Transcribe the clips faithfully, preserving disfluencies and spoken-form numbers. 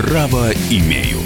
Право имею.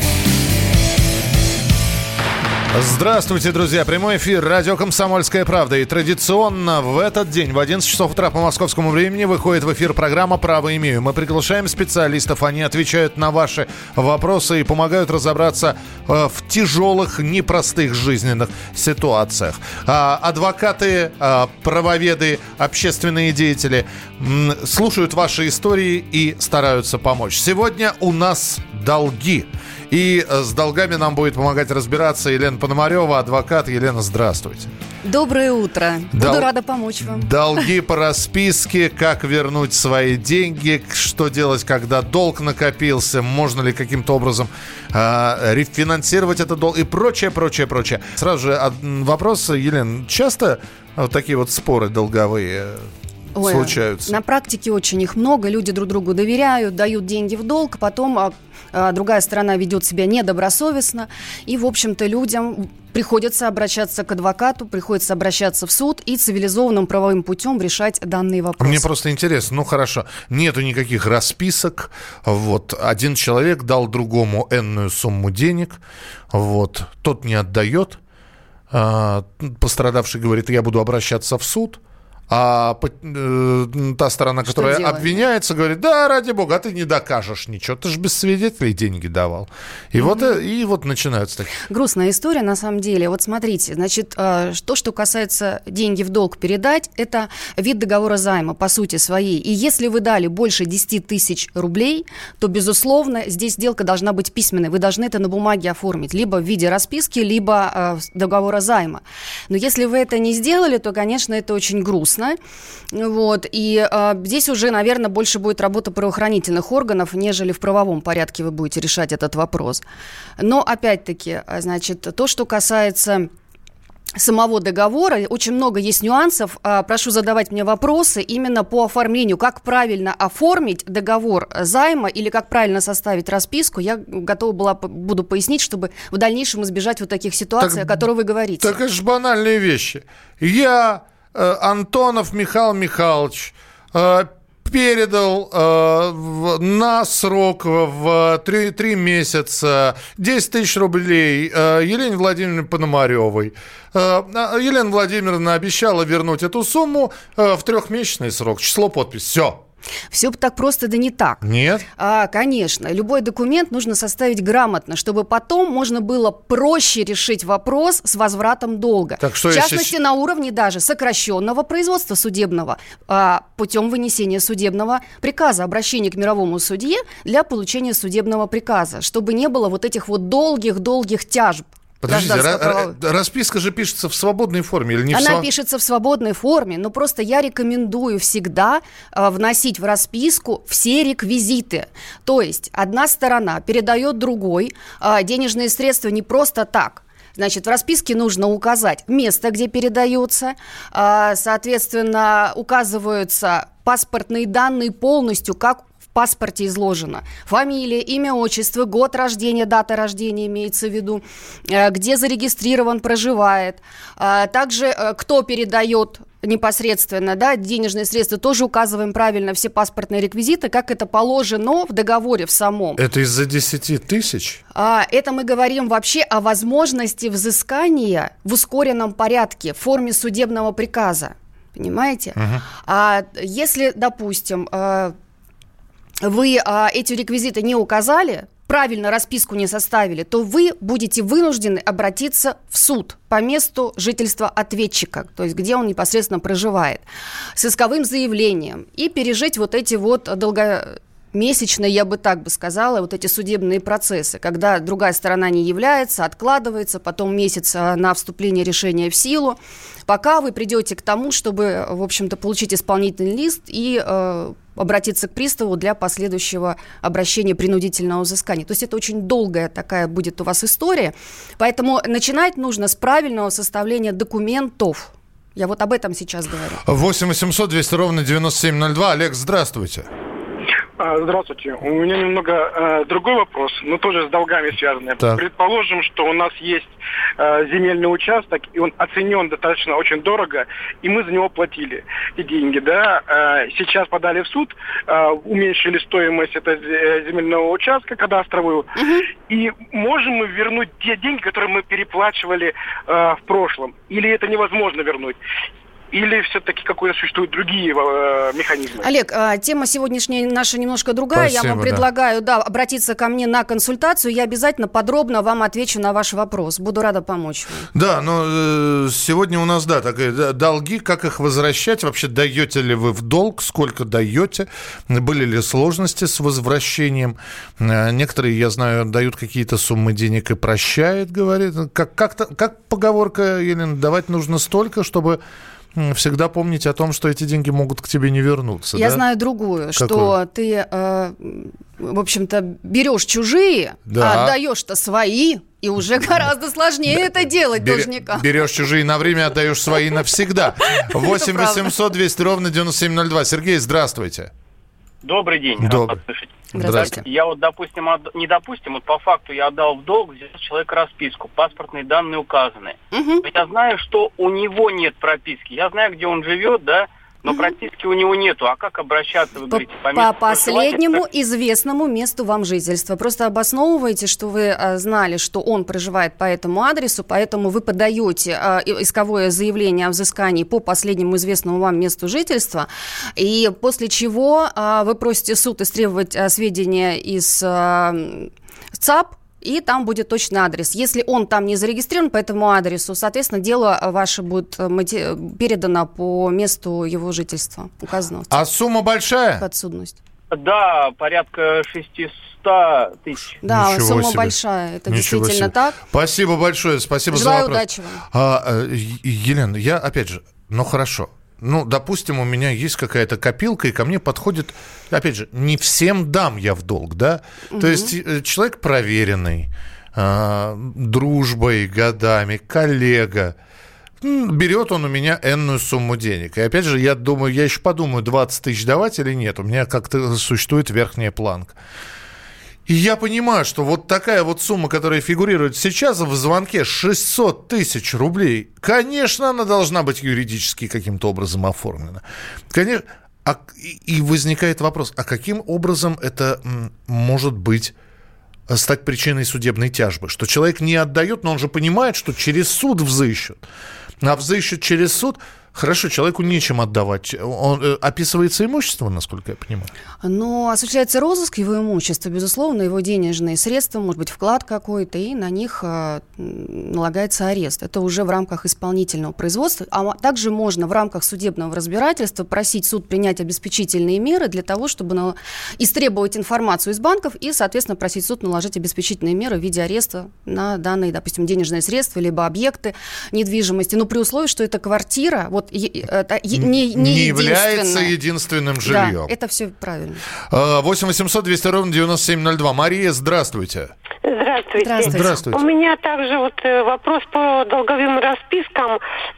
Здравствуйте, друзья. Прямой эфир. Радио «Комсомольская правда». И традиционно в этот день в одиннадцать часов утра по московскому времени выходит в эфир программа «Право имею». Мы приглашаем специалистов. Они отвечают на ваши вопросы и помогают разобраться э, в тяжелых, непростых жизненных ситуациях. А, адвокаты, а, правоведы, общественные деятели м, слушают ваши истории и стараются помочь. Сегодня у нас долги. И с долгами нам будет помогать разбираться Елена Пономарева, адвокат. Елена, здравствуйте. Доброе утро. Буду Дол... рада помочь вам. Долги по расписке, как вернуть свои деньги, что делать, когда долг накопился, можно ли каким-то образом э, рефинансировать этот долг и прочее, прочее, прочее. Сразу же вопрос, Елена, часто вот такие вот споры долговые Ой, случаются? На практике очень их много. Люди друг другу доверяют, дают деньги в долг, потом а, а, другая сторона ведет себя недобросовестно. И, в общем-то, людям приходится обращаться к адвокату, приходится обращаться в суд и цивилизованным правовым путем решать данные вопросы. Мне просто интересно, ну хорошо, нету никаких расписок, вот, один человек дал другому энную сумму денег, вот, тот не отдает, а, пострадавший говорит, я буду обращаться в суд. А э, та сторона, которая делать? обвиняется, говорит, да, ради бога, а ты не докажешь ничего, ты же без свидетелей деньги давал. И, mm-hmm. вот, и вот начинаются такие. Грустная история, на самом деле. Вот смотрите, значит, то, что касается деньги в долг передать, это вид договора займа, по сути своей. И если вы дали больше десять тысяч рублей, то, безусловно, здесь сделка должна быть письменной. Вы должны это на бумаге оформить, либо в виде расписки, либо э, договора займа. Но если вы это не сделали, то, конечно, это очень грустно. Вот. И а, здесь уже, наверное, больше будет работа правоохранительных органов, нежели в правовом порядке вы будете решать этот вопрос. Но, опять-таки, значит, то, что касается самого договора, очень много есть нюансов. Прошу задавать мне вопросы именно по оформлению. Как правильно оформить договор займа или как правильно составить расписку, я готова была, буду пояснить, чтобы в дальнейшем избежать вот таких ситуаций, так, о которых вы говорите. Так это же банальные вещи. Я... Антонов Михаил Михайлович э, передал э, на срок в три месяца десять тысяч рублей э, Елене Владимировне Пономаревой. Э, Елена Владимировна обещала вернуть эту сумму э, в трехмесячный срок. Число, подпись. Все. Все так просто, да не так. Нет? А, конечно. Любой документ нужно составить грамотно, чтобы потом можно было проще решить вопрос с возвратом долга. Так что в частности, если... на уровне даже сокращенного производства судебного а, путем вынесения судебного приказа, обращения к мировому судье для получения судебного приказа, чтобы не было вот этих вот долгих-долгих тяжб. Подождите, ра- расписка же пишется в свободной форме или не Она в своб... пишется в свободной форме, но просто я рекомендую всегда э, вносить в расписку все реквизиты. То есть одна сторона передает другой э, денежные средства не просто так. Значит, в расписке нужно указать место, где передается, э, соответственно, указываются паспортные данные полностью, как в паспорте изложено. Фамилия, имя, отчество, год рождения, дата рождения имеется в виду, где зарегистрирован, проживает. Также кто передает непосредственно, да, денежные средства, тоже указываем правильно все паспортные реквизиты, как это положено в договоре в самом. Это из-за десяти тысяч? А, это мы говорим вообще о возможности взыскания в ускоренном порядке в форме судебного приказа. Понимаете? Uh-huh. А если, допустим, вы а, эти реквизиты не указали, правильно расписку не составили, то вы будете вынуждены обратиться в суд по месту жительства ответчика, то есть где он непосредственно проживает, с исковым заявлением и пережить вот эти вот долгомесячные, я бы так бы сказала, вот эти судебные процессы, когда другая сторона не является, откладывается, потом месяц на вступление решения в силу, пока вы придете к тому, чтобы, в общем-то, получить исполнительный лист и э, обратиться к приставу для последующего обращения принудительного взыскания. То есть это очень долгая такая будет у вас история. Поэтому начинать нужно с правильного составления документов. Я вот об этом сейчас говорю. восемь восемьсот двести ровно девяносто семь ноль два. Олег, здравствуйте. Здравствуйте. У меня немного э, другой вопрос, но тоже с долгами связанный. Так. Предположим, что у нас есть э, земельный участок, и он оценен достаточно очень дорого, и мы за него платили. эти деньги, да, сейчас подали в суд, уменьшили стоимость этого земельного участка кадастровую, угу. и можем мы вернуть те деньги, которые мы переплачивали в прошлом? Или это невозможно вернуть? Или все-таки какие-то существуют другие э, механизмы? Олег, э, тема сегодняшняя наша немножко другая. Спасибо, я вам предлагаю да. Да, обратиться ко мне на консультацию. Я обязательно подробно вам отвечу на ваш вопрос. Буду рада помочь вам. Да, но э, сегодня у нас, да, такие да, долги. Как их возвращать? Вообще даете ли вы в долг? Сколько даете? Были ли сложности с возвращением? Э, некоторые, я знаю, дают какие-то суммы денег и прощают, говорит. Как, как-то, как поговорка, Елена, давать нужно столько, чтобы... Всегда помнить о том, что эти деньги могут к тебе не вернуться. Я да? знаю другую, Какую? Что ты, э, в общем-то, берешь чужие, да. а отдаешь-то свои, и уже гораздо сложнее да. это делать Бер... должника. Берешь чужие на время, отдаешь свои навсегда. восемь восемьсот двести ровно девяносто семь ноль два. Сергей, здравствуйте. Добрый день. Добрый. Здравствуйте. Я вот, допустим, от... не допустим, вот по факту я отдал в долг, взял человека расписку, паспортные данные указаны. Угу. Я знаю, что у него нет прописки. Я знаю, где он живет, да, но угу. прописки у него нету. А как обращаться, вы по, говорите, по месту? По последнему известному месту вам жительства. Просто обосновываете, что вы а, знали, что он проживает по этому адресу, поэтому вы подаете а, исковое заявление о взыскании по последнему известному вам месту жительства, и после чего а, вы просите суд истребовать а, сведения из а, ЦАП, и там будет точный адрес. Если он там не зарегистрирован по этому адресу, соответственно, дело ваше будет передано по месту его жительства, указанного. А сумма большая? Подсудность. Да, порядка шестьсот тысяч. Да, Ничего сумма себе. большая. Это Ничего действительно себе. так. Спасибо большое. Спасибо Желаю за вопрос. удачи вам. А, Елена, я опять же, ну хорошо. Ну, допустим, у меня есть какая-то копилка, и ко мне подходит, опять же, не всем дам я в долг, да? Угу. То есть человек проверенный, э, дружбой, годами, коллега, берет он у меня энную сумму денег. И опять же, я думаю, я еще подумаю, двадцать тысяч давать или нет. У меня как-то существует верхняя планка. И я понимаю, что вот такая вот сумма, которая фигурирует сейчас в звонке, шестьсот тысяч рублей, конечно, она должна быть юридически каким-то образом оформлена. Конечно, а, и, и возникает вопрос, а каким образом это м, может быть, стать причиной судебной тяжбы? Что человек не отдает, но он же понимает, что через суд взыщут. А взыщут через суд... Хорошо, человеку нечем отдавать. Он, э, описывается имущество, насколько я понимаю? Ну, осуществляется розыск его имущества, безусловно, его денежные средства, может быть, вклад какой-то, и на них э, налагается арест. Это уже в рамках исполнительного производства. А также можно в рамках судебного разбирательства просить суд принять обеспечительные меры для того, чтобы на... истребовать информацию из банков и, соответственно, просить суд наложить обеспечительные меры в виде ареста на данные, допустим, денежные средства, либо объекты недвижимости. Но при условии, что это квартира, вот это не, не, не является единственным жильем. Да, это все правильно. восемь восемьсот двести ровно девяносто семь ноль два. Мария, здравствуйте. Здравствуйте. Здравствуйте. Здравствуйте. У меня также вот вопрос по долговым распискам.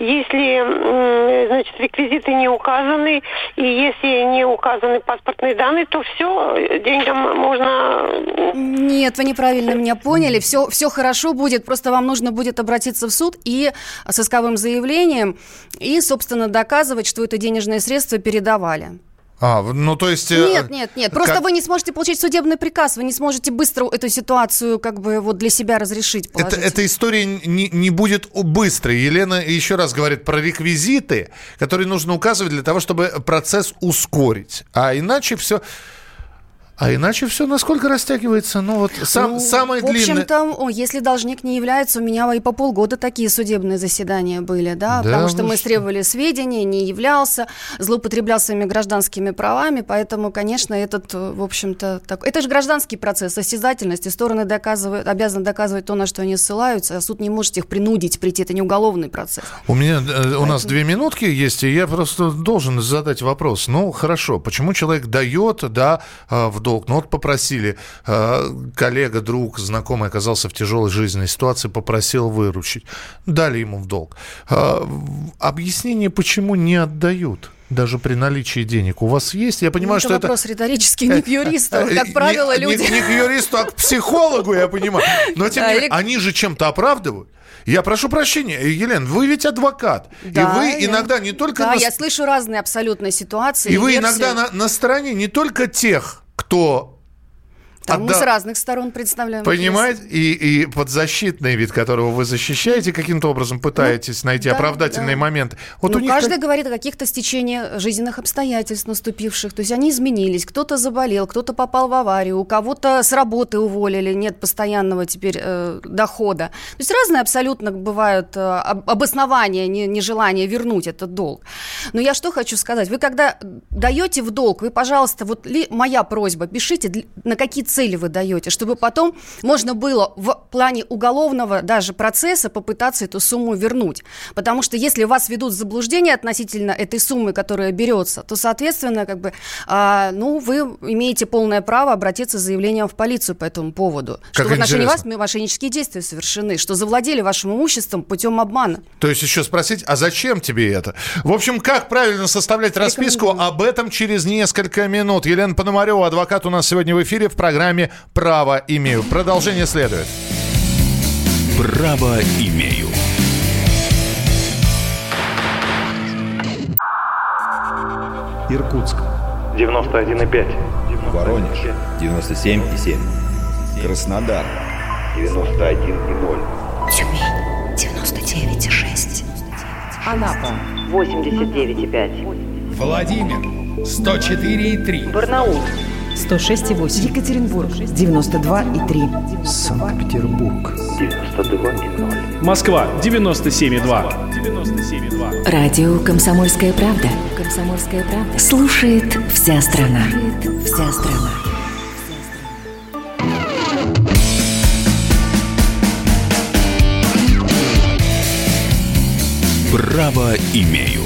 Если, значит, реквизиты не указаны, и если не указаны паспортные данные, то все, деньгам можно... Нет, вы неправильно меня поняли. Все, все хорошо будет, просто вам нужно будет обратиться в суд и с исковым заявлением, и, собственно, доказывать, что это денежные средства передавали. А, ну то есть... Нет, нет, нет. Просто как... вы не сможете получить судебный приказ, вы не сможете быстро эту ситуацию как бы вот для себя разрешить. Это, эта история не, не будет быстрой. Елена еще раз говорит про реквизиты, которые нужно указывать для того, чтобы процесс ускорить. А иначе все... А иначе все насколько растягивается? Ну, вот сам, ну, самое длинное... В общем-то, о, если должник не является, у меня и по полгода такие судебные заседания были, да, да потому что мы что? Требовали сведения, не являлся, злоупотреблял своими гражданскими правами, поэтому, конечно, этот, в общем-то, так... это же гражданский процесс, состязательность, и стороны доказывают, обязаны доказывать то, на что они ссылаются, а суд не может их принудить прийти, это не уголовный процесс. У меня, поэтому... у нас две минутки есть, и я просто должен задать вопрос. Ну, хорошо, почему человек дает, да, в долг. Ну вот попросили, э, коллега, друг, знакомый оказался в тяжелой жизненной ситуации, попросил выручить. Дали ему в долг. Э, объяснение, почему не отдают? Даже при наличии денег. У вас есть? Я понимаю, ну, это что вопрос это... риторический, не к юристу. Как правило, не, люди... Не, не к юристу, а к психологу, я понимаю. Но тем не менее, они же чем-то оправдывают. Я прошу прощения, Елена, вы ведь адвокат. Да, и вы я... иногда не только... Да, на... я слышу разные абсолютно ситуации. И, и вы версии. Иногда на, на стороне не только тех, кто... Там Отда... мы с разных сторон представляем. Понимаете? И, и подзащитный вид, которого вы защищаете, каким-то образом пытаетесь ну, найти да, оправдательные да. моменты. Вот ну, у них каждый как... говорит о каких-то стечениях жизненных обстоятельств наступивших. То есть они изменились. Кто-то заболел, кто-то попал в аварию, у кого-то с работы уволили, нет постоянного теперь э, дохода. То есть разные абсолютно бывают э, обоснования, не, нежелания вернуть этот долг. Но я что хочу сказать. Вы когда даете в долг, вы, пожалуйста, вот ли, моя просьба, пишите, на какие цели вы даете, чтобы потом можно было в плане уголовного даже процесса попытаться эту сумму вернуть. Потому что если вас ведут в заблуждение относительно этой суммы, которая берется, то, соответственно, как бы, а, ну, вы имеете полное право обратиться с заявлением в полицию по этому поводу. Как что в отношении вас мошеннические действия совершены, что завладели вашим имуществом путем обмана. То есть еще спросить, а зачем тебе это? В общем, как правильно составлять расписку, об этом через несколько минут. Елена Пономарева, адвокат, у нас сегодня в эфире в программе «Право имею». Продолжение следует. Право имею. Иркутск. девяносто один и пять. Воронеж. девяносто семь и семь. Краснодар. девяносто один и ноль. Тюмень. девяносто девять и шесть. Анапа. восемьдесят девять и пять. Владимир. сто четыре и три. Барнаул. сто шесть и восемь. Екатеринбург. девяносто два и три. Санкт-Петербург. девяносто два и ноль. Москва. девяносто семь и два. Радио «Комсомольская правда». «Комсомольская правда». Слушает вся страна. Слушает вся страна. Право имею.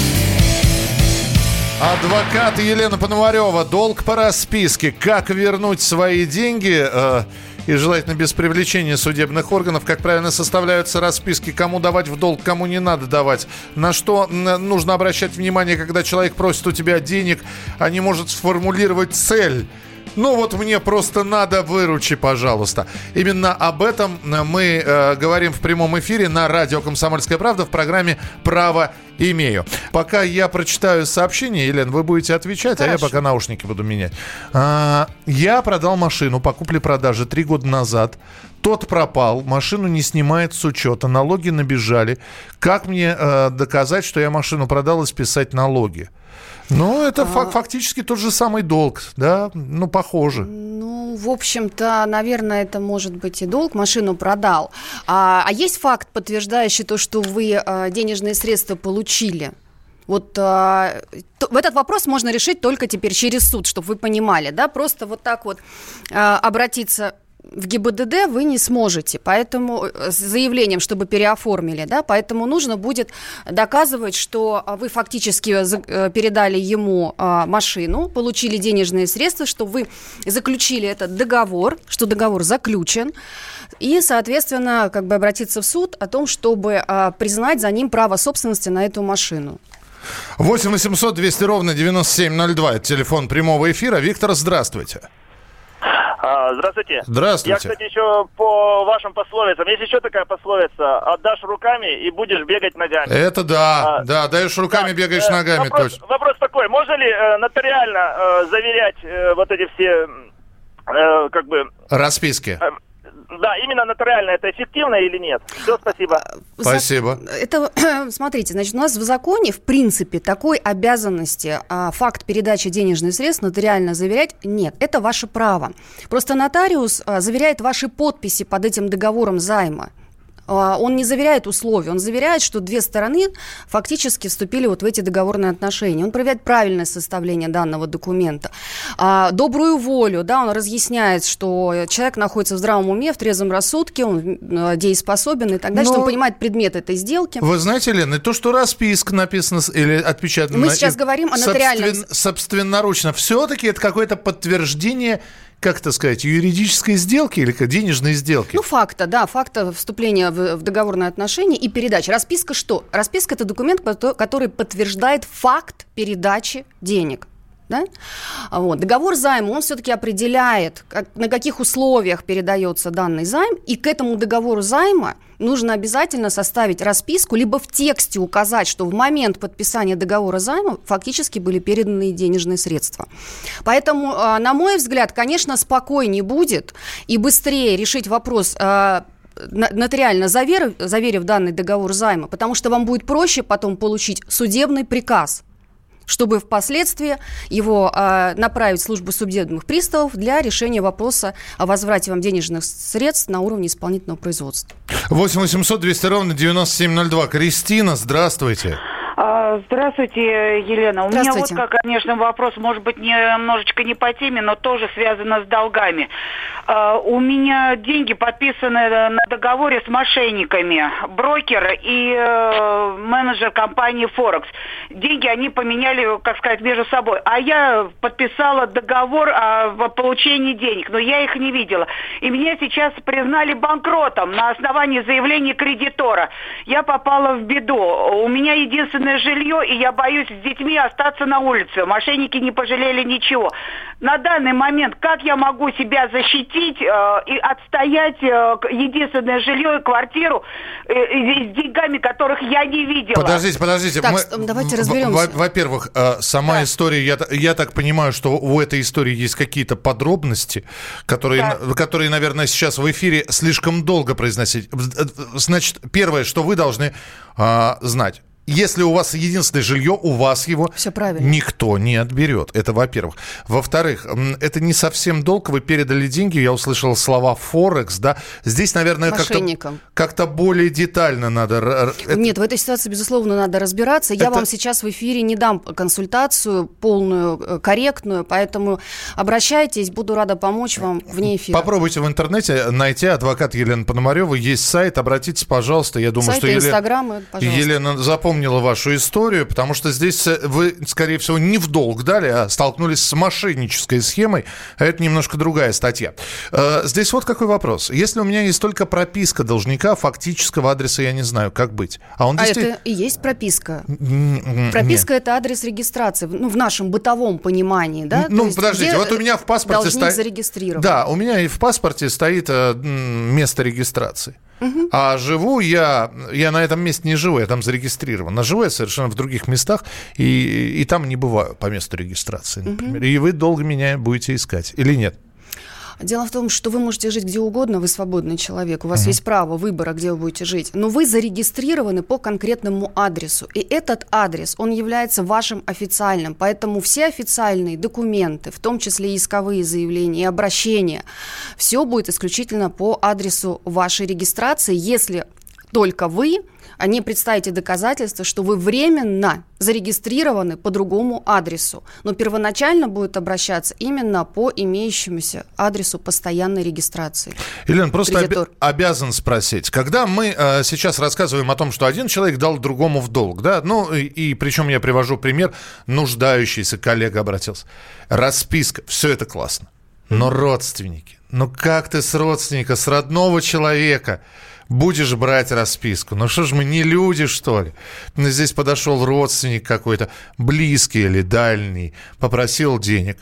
Адвокат Елена Пономарева. Долг по расписке. Как вернуть свои деньги? Э, и желательно без привлечения судебных органов. Как правильно составляются расписки. Кому давать в долг, кому не надо давать. На что нужно обращать внимание, когда человек просит у тебя денег, а не может сформулировать цель. Ну вот мне просто надо, выручи, пожалуйста. Именно об этом мы э, говорим в прямом эфире на радио «Комсомольская правда» в программе «Право имею». Пока я прочитаю сообщение, Елена, вы будете отвечать, Хорошо. А я пока наушники буду менять. А, я продал машину по купле-продаже три года назад. Тот пропал, машину не снимает с учета, налоги набежали. Как мне э, доказать, что я машину продал, и списать налоги? Ну, это а... фактически тот же самый долг, да? Ну, похоже. Ну, в общем-то, наверное, это может быть и долг. Машину продал. А, а есть факт, подтверждающий то, что вы а, денежные средства получили? Вот а, то, этот вопрос можно решить только теперь через суд, чтобы вы понимали, да? Просто вот так вот а, обратиться... В ГИБДД вы не сможете, поэтому с заявлением, чтобы переоформили, да, поэтому нужно будет доказывать, что вы фактически передали ему машину, получили денежные средства, что вы заключили этот договор, что договор заключен, и, соответственно, как бы обратиться в суд о том, чтобы признать за ним право собственности на эту машину. восемь восемьсот двести ровно девяносто семь ноль два, это телефон прямого эфира. Виктор, здравствуйте. А, здравствуйте. Здравствуйте. Я, кстати, еще по вашим пословицам. Есть еще такая пословица: отдашь руками и будешь бегать ногами. Это да, а, да, даешь руками, да, бегаешь э, ногами. Вопрос, точно. Вопрос такой: можно ли э, нотариально э, заверять э, вот эти все, э, как бы... Расписки. Э, Да, именно нотариально это эффективно или нет? Все, спасибо. Спасибо. Это, смотрите, значит, у нас в законе, в принципе, такой обязанности, а, факт передачи денежных средств нотариально заверять нет. Это ваше право. Просто нотариус а, заверяет ваши подписи под этим договором займа. Он не заверяет условия, он заверяет, что две стороны фактически вступили вот в эти договорные отношения. Он проверяет правильное составление данного документа, добрую волю, да, он разъясняет, что человек находится в здравом уме, в трезвом рассудке, он дееспособен и так далее, Но... что он понимает предмет этой сделки. Вы знаете, Лена, то, что расписка написана или отпечатана... Мы сейчас говорим о нотариальном... Собствен... Собственноручно. Все-таки это какое-то подтверждение... Как это сказать, юридической сделки или денежной сделки? Ну, факта, да, факта вступления в, в договорные отношения и передачи. Расписка что? Расписка – это документ, который подтверждает факт передачи денег. Да? Вот. Договор займа, он все-таки определяет, как, на каких условиях передается данный займ, и к этому договору займа нужно обязательно составить расписку, либо в тексте указать, что в момент подписания договора займа фактически были переданы денежные средства. Поэтому, на мой взгляд, конечно, спокойнее будет и быстрее решить вопрос нотариально заверив, заверив данный договор займа, потому что вам будет проще потом получить судебный приказ, чтобы впоследствии его э, направить в службу судебных приставов для решения вопроса о возврате вам денежных средств на уровне исполнительного производства. восемь восемьсот двести ровно девяносто семь ноль два. Кристина, здравствуйте. Здравствуйте, Елена. У меня вот, как, конечно, вопрос, может быть, немножечко не по теме, но тоже связано с долгами. У меня деньги подписаны на договоре с мошенниками. Брокер и менеджер компании Форекс. Деньги они поменяли, как сказать, между собой. А я подписала договор о получении денег, но я их не видела. И меня сейчас признали банкротом на основании заявления кредитора. Я попала в беду. У меня единственное жилье, и я боюсь с детьми остаться на улице. Мошенники не пожалели ничего. На данный момент как я могу себя защитить э, и отстоять э, единственное жилье и квартиру э, с деньгами, которых я не видела? Подождите, подождите. Так, Мы, давайте разберемся. Во-первых, э, сама да. история, я, я так понимаю, что у этой истории есть какие-то подробности, которые, да. которые, наверное, сейчас в эфире слишком долго произносить. Значит, первое, что вы должны э, знать. Если у вас единственное жилье, у вас его никто не отберет. Это во-первых. Во-вторых, это не совсем долг. Вы передали деньги, я услышал слова Форекс, да. Здесь, наверное, как-то, как-то более детально надо... Нет, в этой ситуации, безусловно, надо разбираться. Я это... вам сейчас в эфире не дам консультацию полную, корректную, поэтому обращайтесь, буду рада помочь вам вне эфира. Попробуйте в интернете найти адвокат Елены Пономарёвой. Есть сайт, обратитесь, пожалуйста. Я думаю, сайт что и Елена... Инстаграм, пожалуйста. Елена запомнила вашу историю, потому что здесь вы, скорее всего, не в долг дали, а столкнулись с мошеннической схемой. А это немножко другая статья. Здесь вот какой вопрос. Если у меня есть только прописка должника, фактического адреса я не знаю, как быть. А, он а действительно... это и есть прописка. Прописка – это адрес регистрации, ну, в нашем бытовом понимании, да? Ну, есть, подождите, вот у меня в паспорте стоит... зарегистрирован. Да, у меня и в паспорте стоит место регистрации. Uh-huh. А живу я, я на этом месте не живу, я там зарегистрирован. А живу я совершенно в других местах, и, и там не бываю по месту регистрации, например. Uh-huh. И вы долго меня будете искать, или нет? Дело в том, что вы можете жить где угодно, вы свободный человек, у вас uh-huh. есть право выбора, где вы будете жить, но вы зарегистрированы по конкретному адресу, и этот адрес, он является вашим официальным, поэтому все официальные документы, в том числе исковые заявления и обращения, все будет исключительно по адресу вашей регистрации, если только вы не представите доказательства, что вы временно зарегистрированы по другому адресу. Но первоначально будет обращаться именно по имеющемуся адресу постоянной регистрации. Елена, просто оби- обязан спросить. Когда мы э, сейчас рассказываем о том, что один человек дал другому в долг, да, ну и, и причем я привожу пример, нуждающийся коллега обратился. Расписка, все это классно. Но родственники, ну как ты с родственника, с родного человека будешь брать расписку? Ну что ж мы, не люди, что ли? Здесь подошел родственник какой-то, близкий или дальний, попросил денег.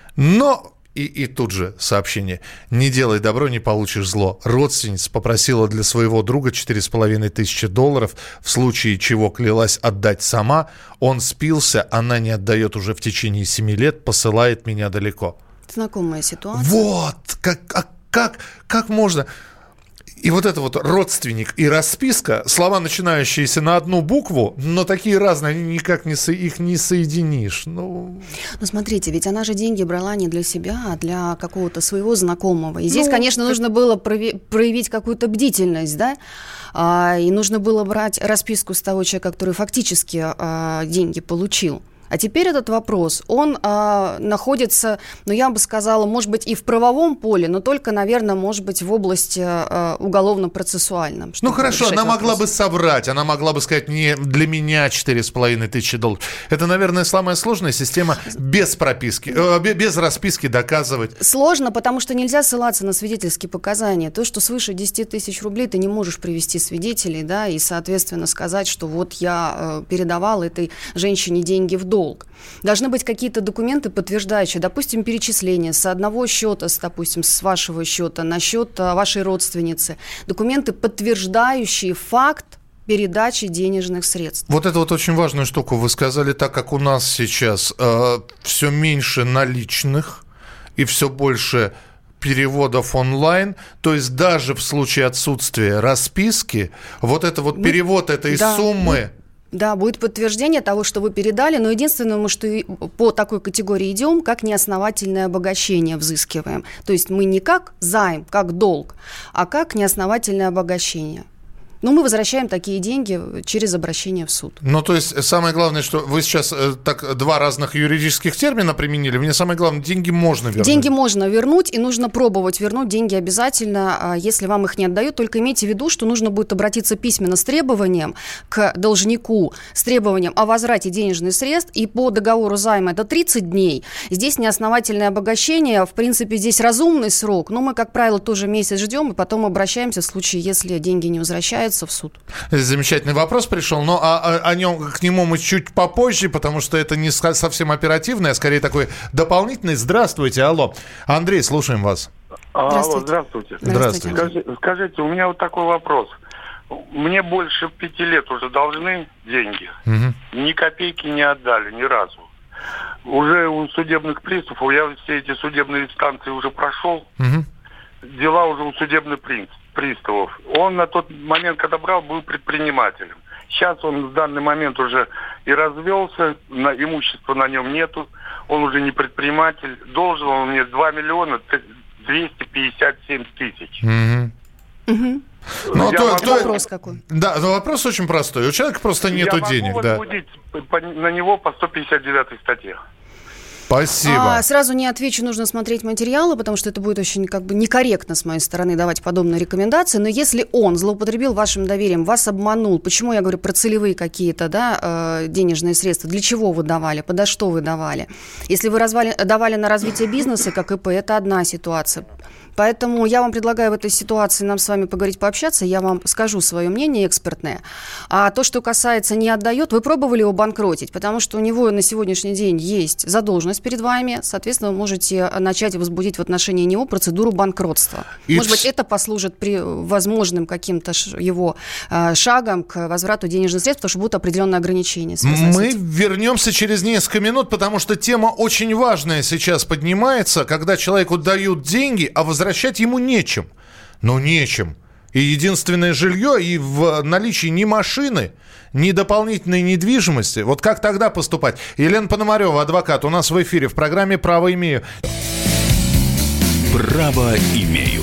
Но, и, и тут же сообщение, не делай добро, не получишь зло. Родственница попросила для своего друга четыре с половиной тысячи долларов, в случае чего клялась отдать сама. Он спился, она не отдает уже в течение семи лет, посылает меня далеко. Знакомая ситуация. Вот, как, а как, как можно... И вот это вот родственник и расписка, слова, начинающиеся на одну букву, но такие разные, они никак не со, их не соединишь. Ну... ну, смотрите, ведь она же деньги брала не для себя, а для какого-то своего знакомого. И здесь, ну, конечно, как... нужно было проявить какую-то бдительность, да, а, и нужно было брать расписку с того человека, который фактически а, деньги получил. А теперь этот вопрос, он а, находится, ну, я бы сказала, может быть, и в правовом поле, но только, наверное, может быть, в области а, уголовно-процессуальном. Ну, хорошо, она вопрос. могла бы соврать, она могла бы сказать, не для меня четыре с половиной тысячи долларов. Это, наверное, самая сложная система без прописки, э, без расписки доказывать. Сложно, потому что нельзя ссылаться на свидетельские показания. То, что свыше десять тысяч рублей, ты не можешь привести свидетелей, да, и, соответственно, сказать, что вот я э, передавал этой женщине деньги в долг. долг. Должны быть какие-то документы, подтверждающие, допустим, перечисление с одного счета, с, допустим, с вашего счета на счет вашей родственницы. Документы, подтверждающие факт передачи денежных средств. Вот это вот очень важную штуку вы сказали, так как у нас сейчас э, все меньше наличных и все больше переводов онлайн, то есть даже в случае отсутствия расписки, вот это вот перевод этой да. суммы... Да, будет подтверждение того, что вы передали, но единственное, мы что по такой категории идем, как неосновательное обогащение взыскиваем. То есть мы не как займ, как долг, а как неосновательное обогащение. Но мы возвращаем такие деньги через обращение в суд. Ну, то есть самое главное, что вы сейчас э, так два разных юридических термина применили. Мне самое главное, деньги можно вернуть. Деньги можно вернуть, и нужно пробовать вернуть деньги обязательно, если вам их не отдают. Только имейте в виду, что нужно будет обратиться письменно с требованием к должнику, с требованием о возврате денежных средств, и по договору займа это тридцать дней. Здесь неосновательное обогащение, в принципе, здесь разумный срок, но мы, как правило, тоже месяц ждем, и потом обращаемся в случае, если деньги не возвращаются, в суд. Замечательный вопрос пришел, но о, о нем, к нему мы чуть попозже, потому что это не совсем оперативное, а скорее такой дополнительный. Здравствуйте, алло. Андрей, слушаем вас. Здравствуйте. Алло, здравствуйте. Здравствуйте. Скажи, скажите, у меня вот такой вопрос. Мне больше пяти лет уже должны деньги. Угу. Ни копейки не отдали, ни разу. Уже у судебных приставов, я все эти судебные инстанции уже прошел. Угу. Дела уже у судебных приставов. приставов. Он на тот момент, когда брал, был предпринимателем. Сейчас он в данный момент уже и развелся, на, имущества на нем нету, он уже не предприниматель. Должен он мне два миллиона двести пятьдесят семь тысяч. Угу. Угу. Ну, то, то, то, вопрос какой? Да, вопрос очень простой. У человека просто нету Я денег. могу да. возбудить по, на него по сто пятьдесят девятой статье. Спасибо. А, сразу не отвечу, нужно смотреть материалы, потому что это будет очень как бы некорректно с моей стороны давать подобные рекомендации. Но если он злоупотребил вашим доверием, вас обманул, почему я говорю про целевые какие-то да, э, денежные средства, для чего вы давали, подо что вы давали? Если вы развали, давали на развитие бизнеса, как ИП, это одна ситуация. Поэтому я вам предлагаю в этой ситуации нам с вами поговорить, пообщаться, я вам скажу свое мнение экспертное. А то, что касается не отдает, вы пробовали его банкротить, потому что у него на сегодняшний день есть задолженность перед вами, соответственно, вы можете начать возбудить в отношении него процедуру банкротства. И Может быть, это послужит при возможным каким-то его шагом к возврату денежных средств, потому что будут определенные ограничения. Мы вернемся через несколько минут, потому что тема очень важная сейчас поднимается, когда человеку дают деньги, а возвращают Возвращать ему нечем. Ну, нечем. И единственное жилье, и в наличии ни машины, ни дополнительной недвижимости. Вот как тогда поступать? Елена Пономарева, адвокат, у нас в эфире в программе «Право имею». Право имею.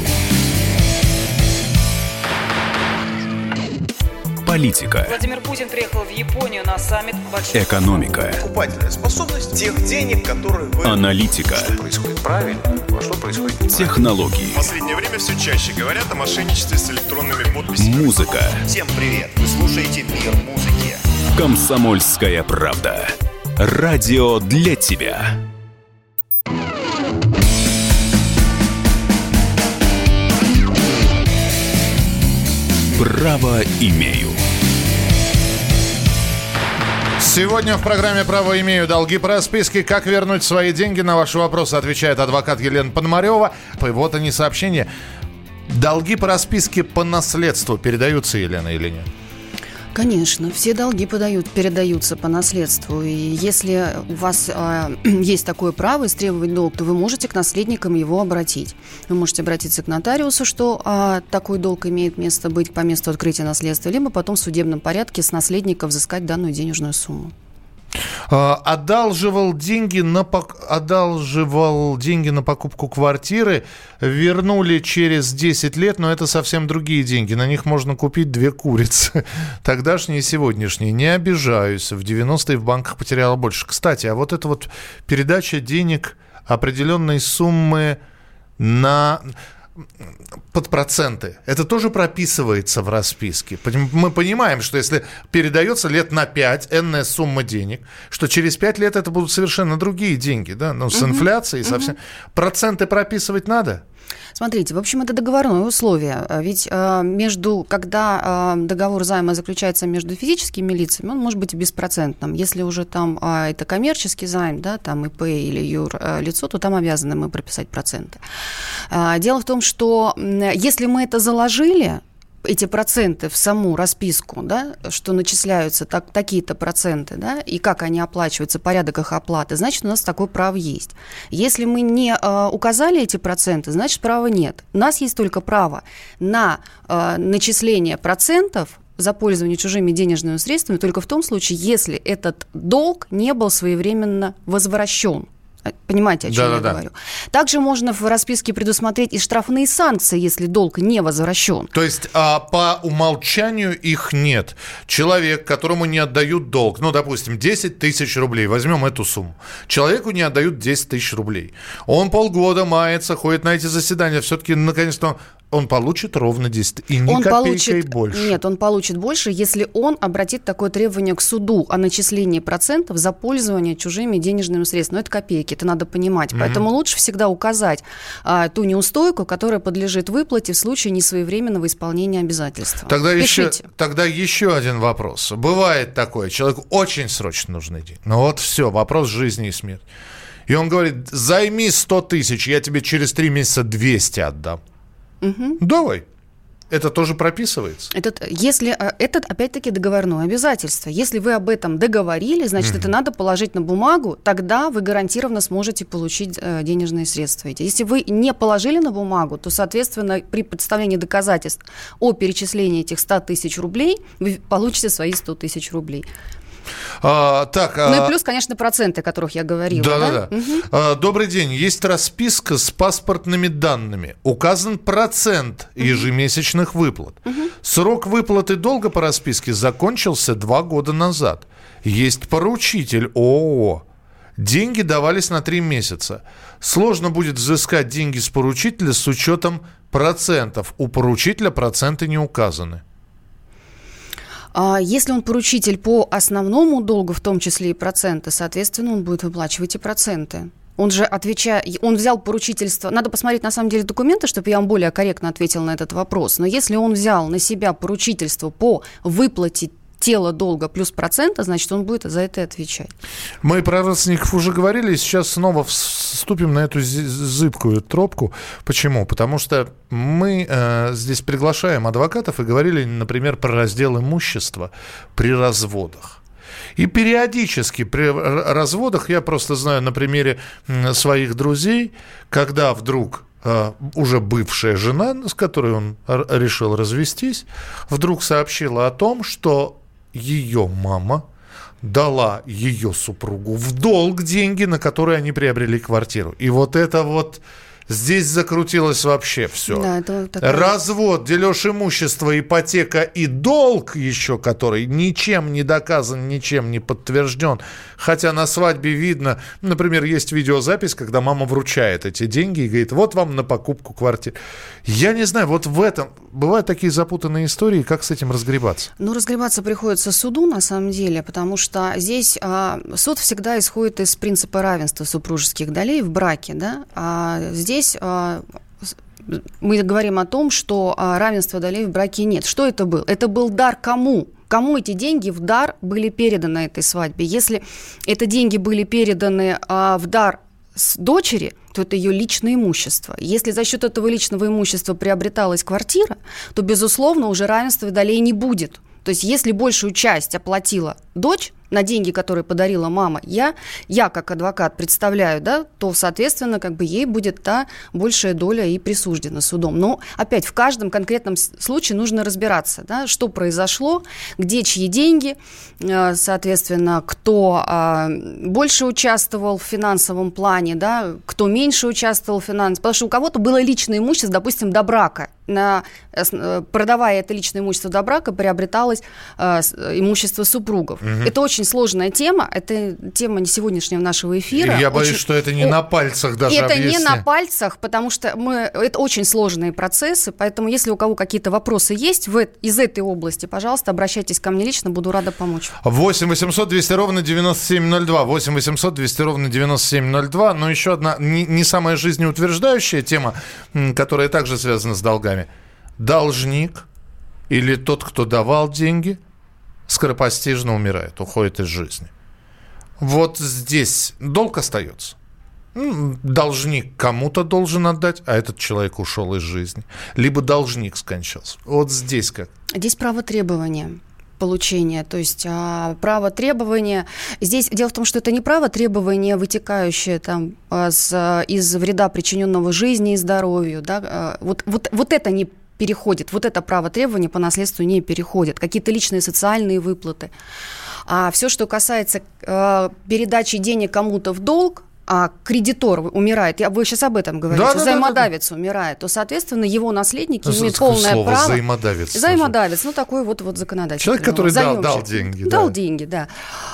Политика. Владимир Путин приехал в Японию на саммит большой... Экономика. Покупательная способность тех денег, которые вы... Аналитика. Что происходит правильно, а что происходит неправильно. Технологии. В последнее время все чаще говорят о мошенничестве с электронными подписями. Музыка. Всем привет. Вы слушаете «Мир музыки». Комсомольская правда. Радио для тебя. Право имею. Сегодня в программе «Право имею» долги по расписке. Как вернуть свои деньги? На ваши вопросы отвечает адвокат Елена Пономарева. Вот они сообщения. Долги по расписке по наследству передаются, Елена, или нет? Конечно, все долги подают, передаются по наследству. И если у вас э, есть такое право истребовать долг, то вы можете к наследникам его обратить. Вы можете обратиться к нотариусу, что э, такой долг имеет место быть по месту открытия наследства, либо потом в судебном порядке с наследника взыскать данную денежную сумму. Одалживал деньги на, одалживал деньги на покупку квартиры, вернули через десять лет, но это совсем другие деньги. На них можно купить две курицы. Тогдашние и сегодняшние. Не обижаюсь. В девяностые в банках потеряла больше. Кстати, а вот эта вот передача денег определенной суммы на... под проценты. Это тоже прописывается в расписке. Мы понимаем, что если передается лет на пять энная сумма денег, что через пять лет это будут совершенно другие деньги, да, ну, с инфляцией, совсем. Проценты прописывать надо? Смотрите, в общем, это договорное условие. Ведь э, между, когда э, договор займа заключается между физическими лицами, он может быть беспроцентным. Если уже там э, это коммерческий займ, да, там ИП или юрлицо, то там обязаны мы прописать проценты. Э, дело в том, что э, если мы это заложили, эти проценты в саму расписку, да, что начисляются так, такие-то проценты, да, и как они оплачиваются, порядок их оплаты, значит, у нас такое право есть. Если мы не э, указали эти проценты, значит, права нет. У нас есть только право на э, начисление процентов за пользование чужими денежными средствами только в том случае, если этот долг не был своевременно возвращен. Понимаете, о чем да, я да, говорю? Да. Также можно в расписке предусмотреть и штрафные санкции, если долг не возвращен. То есть а, по умолчанию их нет. Человек, которому не отдают долг, ну, допустим, десять тысяч рублей, возьмем эту сумму. Человеку не отдают десять тысяч рублей. Он полгода мается, ходит на эти заседания, все-таки, наконец-то, он получит ровно десять, и ни он копейкой получит, больше. Нет, он получит больше, если он обратит такое требование к суду о начислении процентов за пользование чужими денежными средствами. Но это копейки, это надо понимать. Mm-hmm. Поэтому лучше всегда указать а, ту неустойку, которая подлежит выплате в случае несвоевременного исполнения обязательства. Тогда еще, тогда еще один вопрос. Бывает такое, человеку очень срочно нужны деньги. Ну вот все, вопрос жизни и смерти. И он говорит, займи сто тысяч, я тебе через три месяца двести отдам. Угу. Давай. Это тоже прописывается? Этот, если, это, опять-таки, договорное обязательство. Если вы об этом договорились, значит, угу. это надо положить на бумагу, тогда вы гарантированно сможете получить э, денежные средства эти. Если вы не положили на бумагу, то, соответственно, при представлении доказательств о перечислении этих ста тысяч рублей вы получите свои сто тысяч рублей. А, так, ну и плюс, конечно, проценты, о которых я говорила. Да, да, да. да. Угу. А, добрый день. Есть расписка с паспортными данными. Указан процент ежемесячных выплат. Угу. Срок выплаты долга по расписке закончился два года назад. Есть поручитель ООО. Деньги давались на три месяца. Сложно будет взыскать деньги с поручителя с учетом процентов. У поручителя проценты не указаны. Если он поручитель по основному долгу, в том числе и проценты, соответственно, он будет выплачивать и проценты. Он же отвечает, он взял поручительство. Надо посмотреть, на самом деле, документы, чтобы я вам более корректно ответила на этот вопрос. Но если он взял на себя поручительство по выплате тело долга плюс процента, значит, он будет за это отвечать. Мы про родственников уже говорили, сейчас снова вступим на эту зыбкую тропку. Почему? Потому что мы э, здесь приглашаем адвокатов и говорили, например, про раздел имущества при разводах. И периодически при разводах, я просто знаю на примере своих друзей, когда вдруг э, уже бывшая жена, с которой он решил развестись, вдруг сообщила о том, что ее мама дала ее супругу в долг деньги, на которые они приобрели квартиру. И вот это вот здесь закрутилось вообще все. Да, это такое... Развод, дележ имущества, ипотека и долг еще, который ничем не доказан, ничем не подтвержден. Хотя на свадьбе видно, например, есть видеозапись, когда мама вручает эти деньги и говорит, вот вам на покупку квартиры. Я не знаю, вот в этом бывают такие запутанные истории, как с этим разгребаться? Ну, разгребаться приходится суду, на самом деле, потому что здесь а, суд всегда исходит из принципа равенства супружеских долей в браке, да, а здесь а, мы говорим о том, что а, равенства долей в браке нет. Что это был? Это был дар кому? Кому эти деньги в дар были переданы на этой свадьбе? Если это деньги были переданы а, в дар с дочери, то это ее личное имущество. Если за счет этого личного имущества приобреталась квартира, то, безусловно, уже равенства долей не будет. То есть если большую часть оплатила дочь на деньги, которые подарила мама, я, я как адвокат представляю, да, то, соответственно, как бы ей будет та большая доля и присуждена судом. Но, опять, в каждом конкретном случае нужно разбираться, да, что произошло, где чьи деньги, соответственно, кто больше участвовал в финансовом плане, да, кто меньше участвовал в финансовом, потому что у кого-то было личное имущество, допустим, до брака. на, продавая это личное имущество до брака, приобреталось э, имущество супругов. Угу. Это очень сложная тема, это тема не сегодняшнего нашего эфира. Я боюсь, очень... что это не О... на пальцах даже Это объясни. не на пальцах, потому что мы... это очень сложные процессы, поэтому если у кого какие-то вопросы есть в... из этой области, пожалуйста, обращайтесь ко мне лично, буду рада помочь. восемь восемьсот двести ровно девяносто семь ноль два, восемь восемьсот двести ровно девяносто семь ноль два, но еще одна не, не самая жизнеутверждающая тема, которая также связана с долгами. Должник или тот, кто давал деньги, скоропостижно умирает, уходит из жизни. Вот здесь долг остается. Должник кому-то должен отдать, а этот человек ушел из жизни. Либо должник скончался. Вот здесь как? Здесь право требования получения, то есть а, право требования. Здесь дело в том, что это не право требования, вытекающее там, с, из вреда, причиненного жизни и здоровью. Да? А, вот, вот, вот это не переходит, вот это право требования по наследству не переходит. Какие-то личные социальные выплаты. А все, что касается э, передачи денег кому-то в долг, а кредитор умирает, я, вы сейчас об этом говорите, да, да, взаимодавец да, да. умирает, то, соответственно, его наследники ну, имеют полное слово, право... Взаимодавец. Взаимодавец, ну, такой вот, вот законодатель. Человек, который дал, дал деньги. Дал да. деньги, да.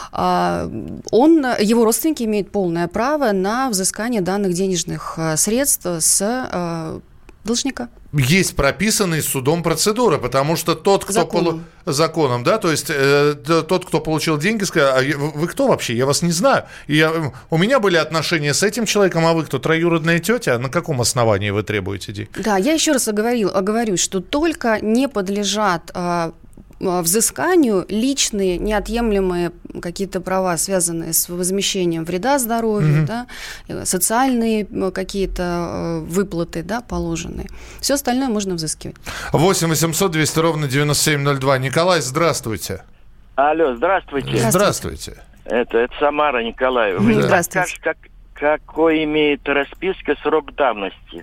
А, он, его родственники имеют полное право на взыскание данных денежных средств с а, должника. Есть прописанные судом процедуры, потому что тот, кто... Законом. Полу... Законом, да, то есть э, тот, кто получил деньги, сказал, а вы кто вообще? Я вас не знаю. Я... У меня были отношения с этим человеком, а вы кто? Троюродная тетя? На каком основании вы требуете денег? Да, я еще раз оговорил, оговорюсь, что только не подлежат... А... взысканию личные, неотъемлемые какие-то права, связанные с возмещением вреда здоровью, mm-hmm. да, социальные какие-то выплаты, да, положенные. Все остальное можно взыскивать. восемь восемьсот двести ровно девяносто семь ноль два. Николай, здравствуйте. Алло, здравствуйте. Здравствуйте. Это, это Самара Николаева. Вы здравствуйте. Как, какой имеет расписка срок давности?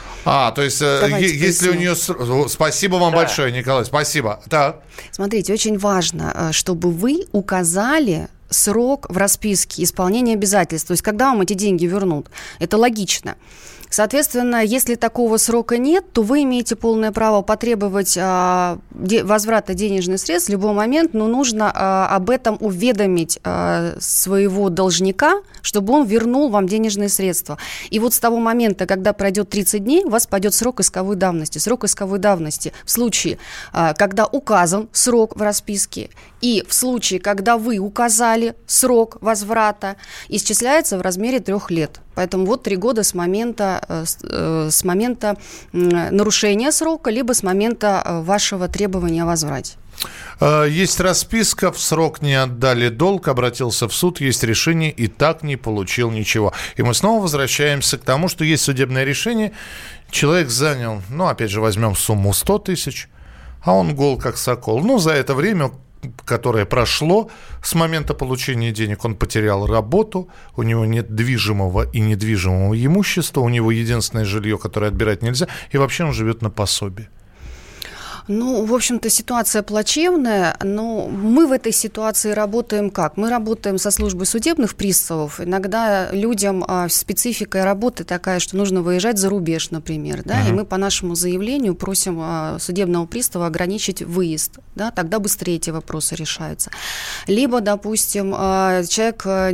А, то есть, Давайте если поясню. У нее... Спасибо вам да. большое, Николай, спасибо. Так. Смотрите, очень важно, чтобы вы указали срок в расписке исполнения обязательств. То есть, когда вам эти деньги вернут. Это логично. Соответственно, если такого срока нет, то вы имеете полное право потребовать а, де, возврата денежных средств в любой момент, но нужно а, об этом уведомить а, своего должника, чтобы он вернул вам денежные средства. И вот с того момента, когда пройдет тридцать дней, у вас пойдет срок исковой давности. Срок исковой давности в случае, а, когда указан срок в расписке, и в случае, когда вы указали срок возврата, исчисляется в размере трех лет. Поэтому вот три года с момента, с момента нарушения срока, либо с момента вашего требования о возврате. Есть расписка, в срок не отдали долг, обратился в суд, есть решение, и так не получил ничего. И мы снова возвращаемся к тому, что есть судебное решение, человек занял, ну, опять же, возьмем сумму сто тысяч, а он гол как сокол. Ну, за это время... которое прошло с момента получения денег, он потерял работу, у него нет движимого и недвижимого имущества, у него единственное жилье, которое отбирать нельзя, и вообще он живет на пособии. Ну, в общем-то, ситуация плачевная, но мы в этой ситуации работаем как? Мы работаем со службой судебных приставов. Иногда людям а, специфика работы такая, что нужно выезжать за рубеж, например, да, uh-huh. и мы по нашему заявлению просим а, судебного пристава ограничить выезд, да, тогда быстрее эти вопросы решаются. Либо, допустим, а, человек... А,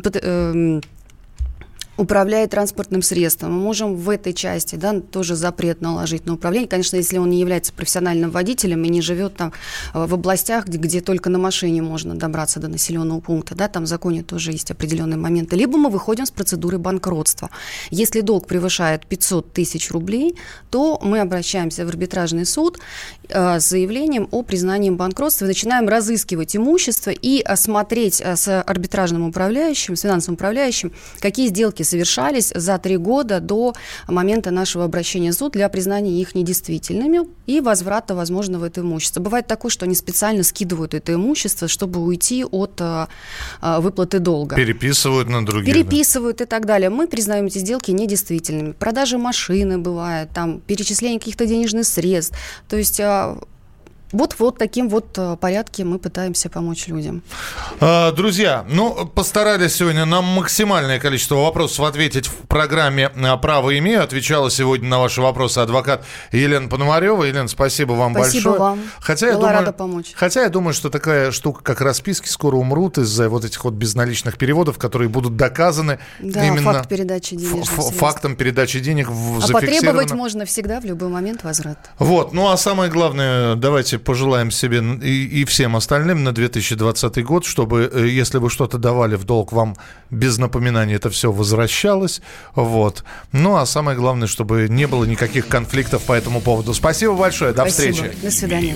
а, управляет транспортным средством. Мы можем в этой части, да, тоже запрет наложить на управление. Конечно, если он не является профессиональным водителем и не живет там в областях, где, где только на машине можно добраться до населенного пункта, да, там в законе тоже есть определенные моменты. Либо мы выходим с процедуры банкротства. Если долг превышает пятьсот тысяч рублей, то мы обращаемся в арбитражный суд э, с заявлением о признании банкротства, начинаем разыскивать имущество и осмотреть э, с арбитражным управляющим, с финансовым управляющим, какие сделки совершались за три года до момента нашего обращения в суд для признания их недействительными и возврата возможного этого имущества. Бывает такое, что они специально скидывают это имущество, чтобы уйти от а, а, выплаты долга. Переписывают на другие. Переписывают да? и так далее. Мы признаем эти сделки недействительными. Продажа машины бывает, там, перечисление каких-то денежных средств. То есть... А, Вот в вот таким вот порядке мы пытаемся помочь людям. Друзья, ну, постарались сегодня на максимальное количество вопросов ответить в программе «Право имею». Отвечала сегодня на ваши вопросы адвокат Елена Пономарева. Елена, спасибо вам спасибо большое. Спасибо вам. Хотя Была я думаю, рада помочь. Хотя я думаю, что такая штука, как расписки, скоро умрут из-за вот этих вот безналичных переводов, которые будут доказаны да, именно факт передачи денежных ф- фактом передачи денег в а зафиксировано. Потребовать можно всегда, в любой момент возврат. Вот, ну а самое главное, давайте пожелаем себе и, и всем остальным на две тысячи двадцатый год, чтобы, если вы что-то давали в долг, вам без напоминаний это все возвращалось. Вот. Ну а самое главное, чтобы не было никаких конфликтов по этому поводу. Спасибо большое, до Спасибо. встречи. До свидания.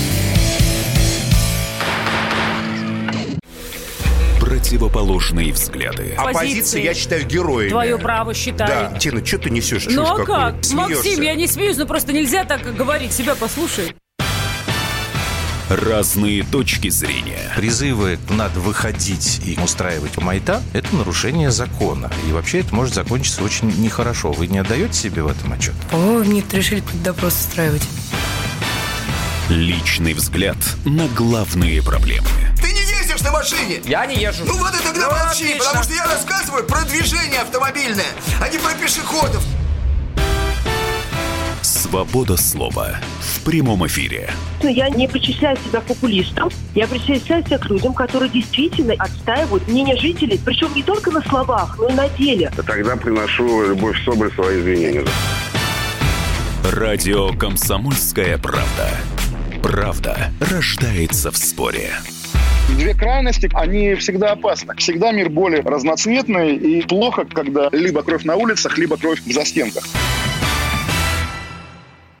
Противоположные взгляды. Оппозиция, я считаю, героями. Твое право считаю. Да. Тина, что ты несешь? Ну а какую? как? Смеешься. Максим, я не смеюсь, но просто нельзя так говорить. Себя послушай. Разные точки зрения. Призывы «надо выходить и устраивать майдан» — это нарушение закона. И вообще это может закончиться очень нехорошо. Вы не отдаете себе в этом отчет? О, нет, решили какой-то допрос устраивать. Личный взгляд на главные проблемы. Ты не ездишь на машине? Я не езжу. Ну вот и тогда ну, молчи, отлично. потому что я рассказываю про движение автомобильное, а не про пешеходов. Свобода слова в прямом эфире. Я не причисляю себя популистом. Я причисляю себя к людям, которые действительно отстаивают мнение жителей. Причем не только на словах, но и на деле. Тогда приношу Любовь Соболь свои извинения. Радио «Комсомольская правда». Правда рождается в споре. Две крайности, они всегда опасны. Всегда мир более разноцветный, и плохо, когда либо кровь на улицах, либо кровь в застенках.